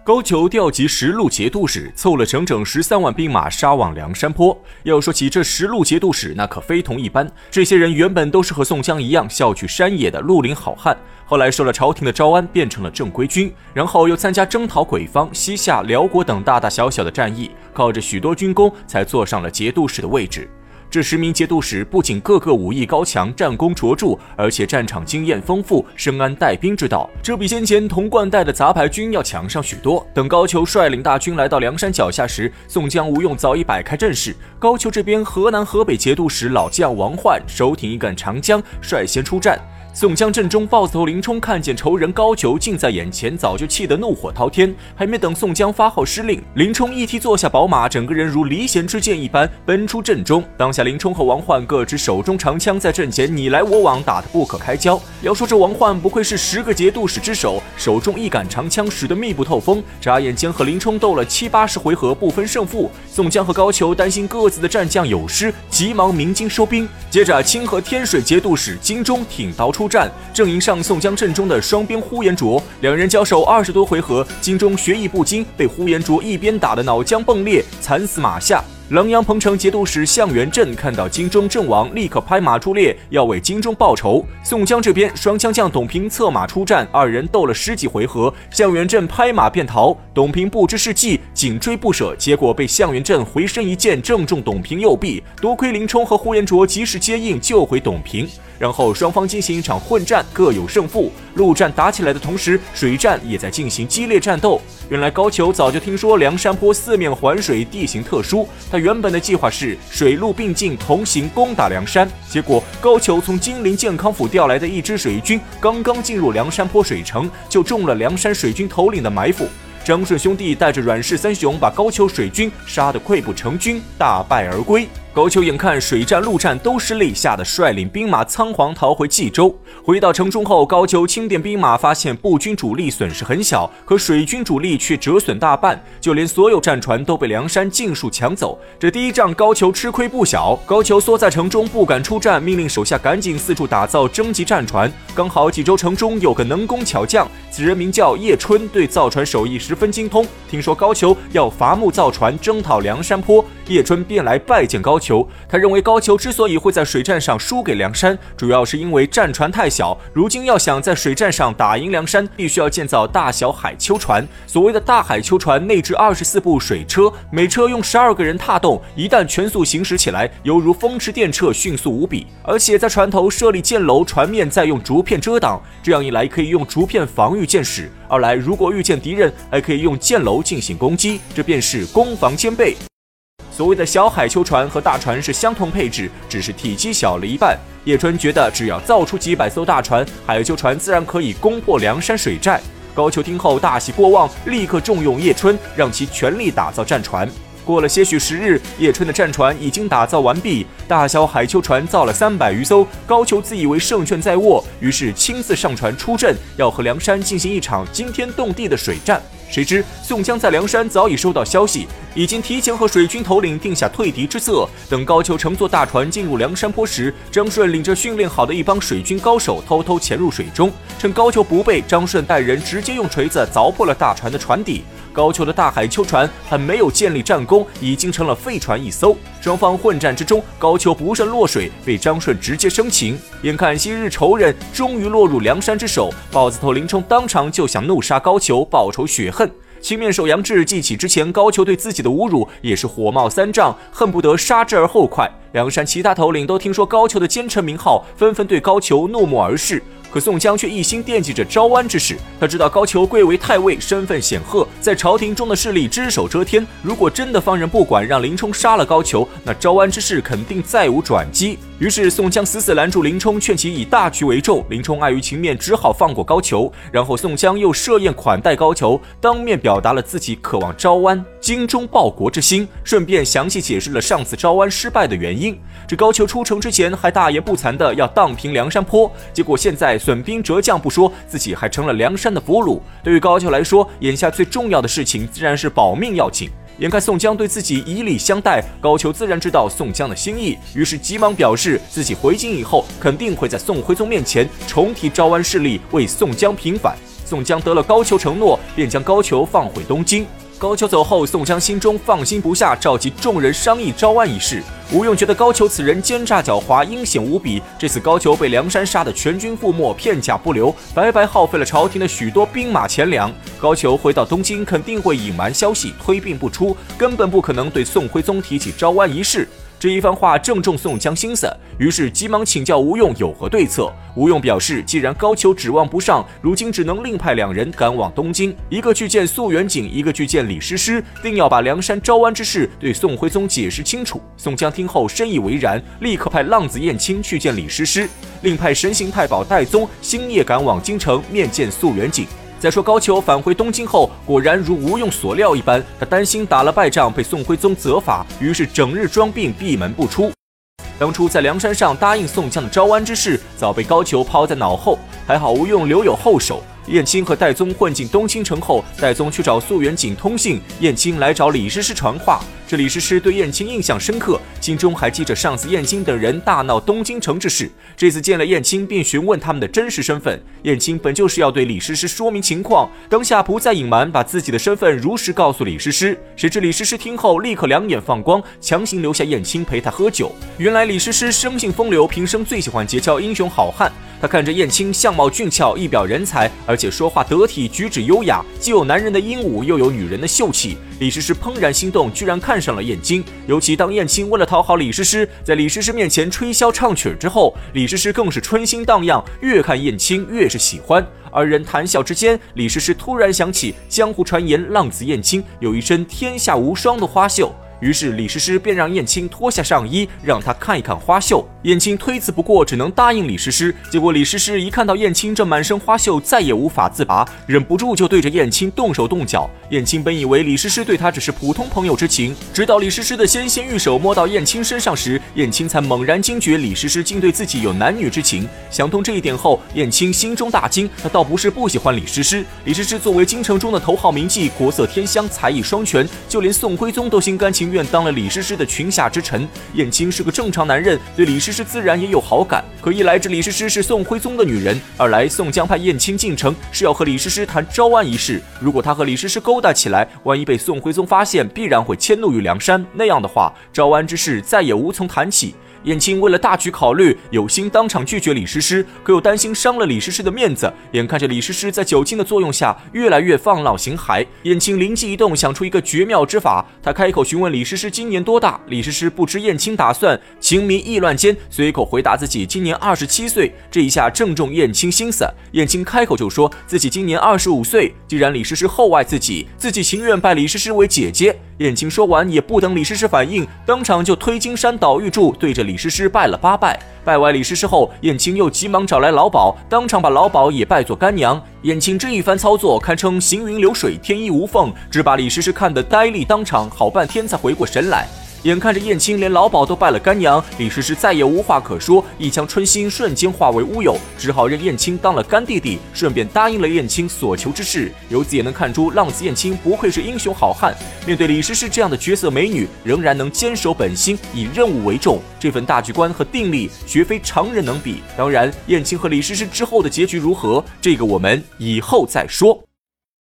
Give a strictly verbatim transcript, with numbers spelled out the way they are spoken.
高俅调集十路节度使，凑了整整十三万兵马杀往梁山坡。要说起这十路节度使，那可非同一般。这些人原本都是和宋江一样笑取山野的绿林好汉，后来受了朝廷的招安，变成了正规军，然后又参加征讨鬼方、西夏、辽国等大大小小的战役，靠着许多军功，才坐上了节度使的位置。这十名节度使不仅个个武艺高强，战功卓著，而且战场经验丰富，深谙带兵之道，这比先前童贯带的杂牌军要强上许多。等高俅率领大军来到梁山脚下时，宋江、吴用早已摆开阵势。高俅这边，河南、河北节度使老将王焕手挺一杆长枪，率先出战。宋江阵中豹子头林冲看见仇人高俅近在眼前，早就气得怒火滔天，还没等宋江发号施令，林冲一踢坐下宝马，整个人如离弦之箭一般奔出阵中。当下林冲和王焕各执手中长枪，在阵前你来我往，打得不可开交。要说这王焕不愧是十个节度使之首，手中一杆长枪使得密不透风，眨眼间和林冲斗了七八十回合不分胜负。宋江和高俅担心各自的战将有失，急忙鸣金收兵。接着清河天水节度使金钟挺刀出战，正迎上宋江阵中的双边呼延灼，两人交手二十多回合，金钟学艺不精，被呼延灼一边打得脑浆迸裂，惨死马下。琅琊彭城节度使向元镇看到金钟阵亡，立刻拍马出列，要为金钟报仇。宋江这边双枪将董平策马出战，二人斗了十几回合，向元镇拍马便逃，董平不知是计，紧追不舍，结果被向元镇回身一剑正中董平右臂，多亏林冲和呼延灼及时接应救回董平。然后双方进行一场混战，各有胜负。陆战打起来的同时，水战也在进行激烈战斗。原来高俅早就听说梁山坡四面环水，地形特殊，他原本的计划是水陆并进，同行攻打梁山。结果高俅从金陵健康府调来的一支水军，刚刚进入梁山坡水城，就中了梁山水军头领的埋伏。张顺兄弟带着阮氏三雄，把高俅水军杀得溃不成军，大败而归。高俅眼看水战陆战都失利，吓得率领兵马仓皇逃回冀州。回到城中后，高俅清点兵马，发现步军主力损失很小，可水军主力却折损大半，就连所有战船都被梁山尽数抢走。这第一仗高俅吃亏不小，高俅缩在城中不敢出战，命令手下赶紧四处打造征集战船。刚好冀州城中有个能工巧匠，此人名叫叶春，对造船手艺十分精通。听说高俅要伐木造船，征讨梁山坡，叶春便来拜见高俅。他认为高俅之所以会在水战上输给梁山，主要是因为战船太小，如今要想在水战上打赢梁山，必须要建造大小海丘船。所谓的大海丘船内置二十四部水车，每车用十二个人踏动，一旦全速行驶起来，犹如风驰电掣，迅速无比。而且在船头设立箭楼，船面再用竹片遮挡，这样一来可以用竹片防御箭矢，二来如果遇见敌人，还可以用箭楼进行攻击，这便是攻防兼备。所谓的小海丘船和大船是相同配置，只是体积小了一半。叶春觉得只要造出几百艘大船，海丘船自然可以攻破梁山水寨。高俅听后大喜过望，立刻重用叶春，让其全力打造战船。过了些许时日，叶春的战船已经打造完毕，大小海丘船造了三百余艘。高俅自以为胜券在握，于是亲自上船出阵，要和梁山进行一场惊天动地的水战。谁知宋江在梁山早已收到消息，已经提前和水军头领定下退敌之策。等高俅乘坐大船进入梁山坡时，张顺领着训练好的一帮水军高手偷偷潜入水中，趁高俅不备，张顺带人直接用锤子凿破了大船的船底。高俅的大海丘船还没有建立战功，已经成了废船一艘。双方混战之中，高俅不慎落水，被张顺直接生擒。眼看昔日仇人终于落入梁山之手，豹子头林冲当场就想怒杀高俅，报仇雪恨。青面兽杨志记起之前高俅对自己的侮辱，也是火冒三丈，恨不得杀之而后快。梁山其他头领都听说高俅的奸臣名号，纷纷对高俅怒目而视。可宋江却一心惦记着招安之事，他知道高俅贵为太尉，身份显赫，在朝廷中的势力只手遮天。如果真的放任不管，让林冲杀了高俅，那招安之事肯定再无转机。于是宋江死死拦住林冲，劝其以大局为重。林冲碍于情面，只好放过高俅。然后宋江又设宴款待高俅，当面表达了自己渴望招安、精忠报国之心，顺便详细解释了上次招安失败的原因。这高俅出城之前还大言不惭的要荡平梁山坡，结果现在损兵折将不说，自己还成了梁山的俘虏。对于高俅来说，眼下最重要的事情自然是保命要紧。眼看宋江对自己以礼相待，高俅自然知道宋江的心意，于是急忙表示自己回京以后肯定会在宋徽宗面前重提招安势力，为宋江平反。 宋江得了高俅承诺，便将高俅放回东京。高俅走后，宋江心中放心不下，召集众人商议招安一事。吴用觉得高俅此人奸诈狡猾，阴险无比。这次高俅被梁山杀得全军覆没，片甲不留，白白耗费了朝廷的许多兵马钱粮。高俅回到东京，肯定会隐瞒消息，推病不出，根本不可能对宋徽宗提起招安一事。这一番话正中宋江心思，于是急忙请教吴用有何对策。吴用表示，既然高俅指望不上，如今只能另派两人赶往东京，一个去见肃元景，一个去见李师师，定要把梁山招安之事对宋徽宗解释清楚。宋江听后深以为然，立刻派浪子燕青去见李师师，另派神行太保戴宗星夜赶往京城面见肃元景。再说高俅返回东京后，果然如吴用所料一般，他担心打了败仗被宋徽宗责罚，于是整日装病，闭门不出。当初在梁山上答应宋江的招安之事，早被高俅抛在脑后，还好吴用留有后手。燕青和戴宗混进东京城后，戴宗去找肃元景通信，燕青来找李师师传话。这李师师对燕青印象深刻，心中还记着上次燕青等人大闹东京城之事。这次见了燕青，便询问他们的真实身份。燕青本就是要对李师师说明情况，当下不再隐瞒，把自己的身份如实告诉李师师。谁知李师师听后立刻两眼放光，强行留下燕青陪他喝酒。原来李师师生性风流，平生最喜欢结交英雄好汉。他看着燕青相貌俊俏，一表人才，而且说话得体，举止优雅，既有男人的英武，又有女人的秀气。李师师怦然心动，居然看上了燕青。尤其当燕青为了讨好李师师，在李师师面前吹箫唱曲之后，李师师更是春心荡漾，越看燕青越是喜欢。二人谈笑之间，李师师突然想起江湖传言浪子燕青有一身天下无双的花绣。于是李师师便让燕青脱下上衣，让他看一看花绣。燕青推辞不过，只能答应李师师。结果李师师一看到燕青这满身花绣，再也无法自拔，忍不住就对着燕青动手动脚。燕青本以为李师师对他只是普通朋友之情，直到李师师的纤纤玉手摸到燕青身上时，燕青才猛然惊觉李师师竟对自己有男女之情。想通这一点后，燕青心中大惊，他倒不是不喜欢李师师。李师师作为京城中的头号名妓，国色天香，才艺双全，就连宋徽宗都心甘情愿当了李师师的裙下之臣。燕青是个正常男人，对李师师自然也有好感。可一来这李师师是宋徽宗的女人，二来宋江派燕青进城是要和李师师谈招安一事。如果他和李师师勾搭起来，万一被宋徽宗发现，必然会迁怒于梁山，那样的话，招安之事再也无从谈起。燕青为了大局考虑，有心当场拒绝李师师，可又担心伤了李师师的面子。眼看着李师师在酒精的作用下越来越放浪形骸，燕青灵机一动，想出一个绝妙之法。他开口询问李师师今年多大，李师师不知燕青打算，情迷意乱间随口回答自己今年二十七岁。这一下正中燕青心思，燕青开口就说自己今年二十五岁。既然李师师厚爱自己，自己情愿拜李师师为姐姐。燕青说完也不等李师师反应，当场就推金山倒玉柱，对着李师师拜了八拜。拜完李师师后，燕青又急忙找来老鸨，当场把老鸨也拜作干娘。燕青这一番操作堪称行云流水，天衣无缝，只把李师师看得呆立当场，好半天才回过神来。眼看着燕青连老鸨都拜了干娘，李师师再也无话可说，一腔春心瞬间化为乌有，只好认燕青当了干弟弟，顺便答应了燕青所求之事。由此也能看出，浪子燕青不愧是英雄好汉，面对李师师这样的绝色美女，仍然能坚守本心，以任务为重。这份大局观和定力，绝非常人能比。当然，燕青和李师师之后的结局如何，这个我们以后再说。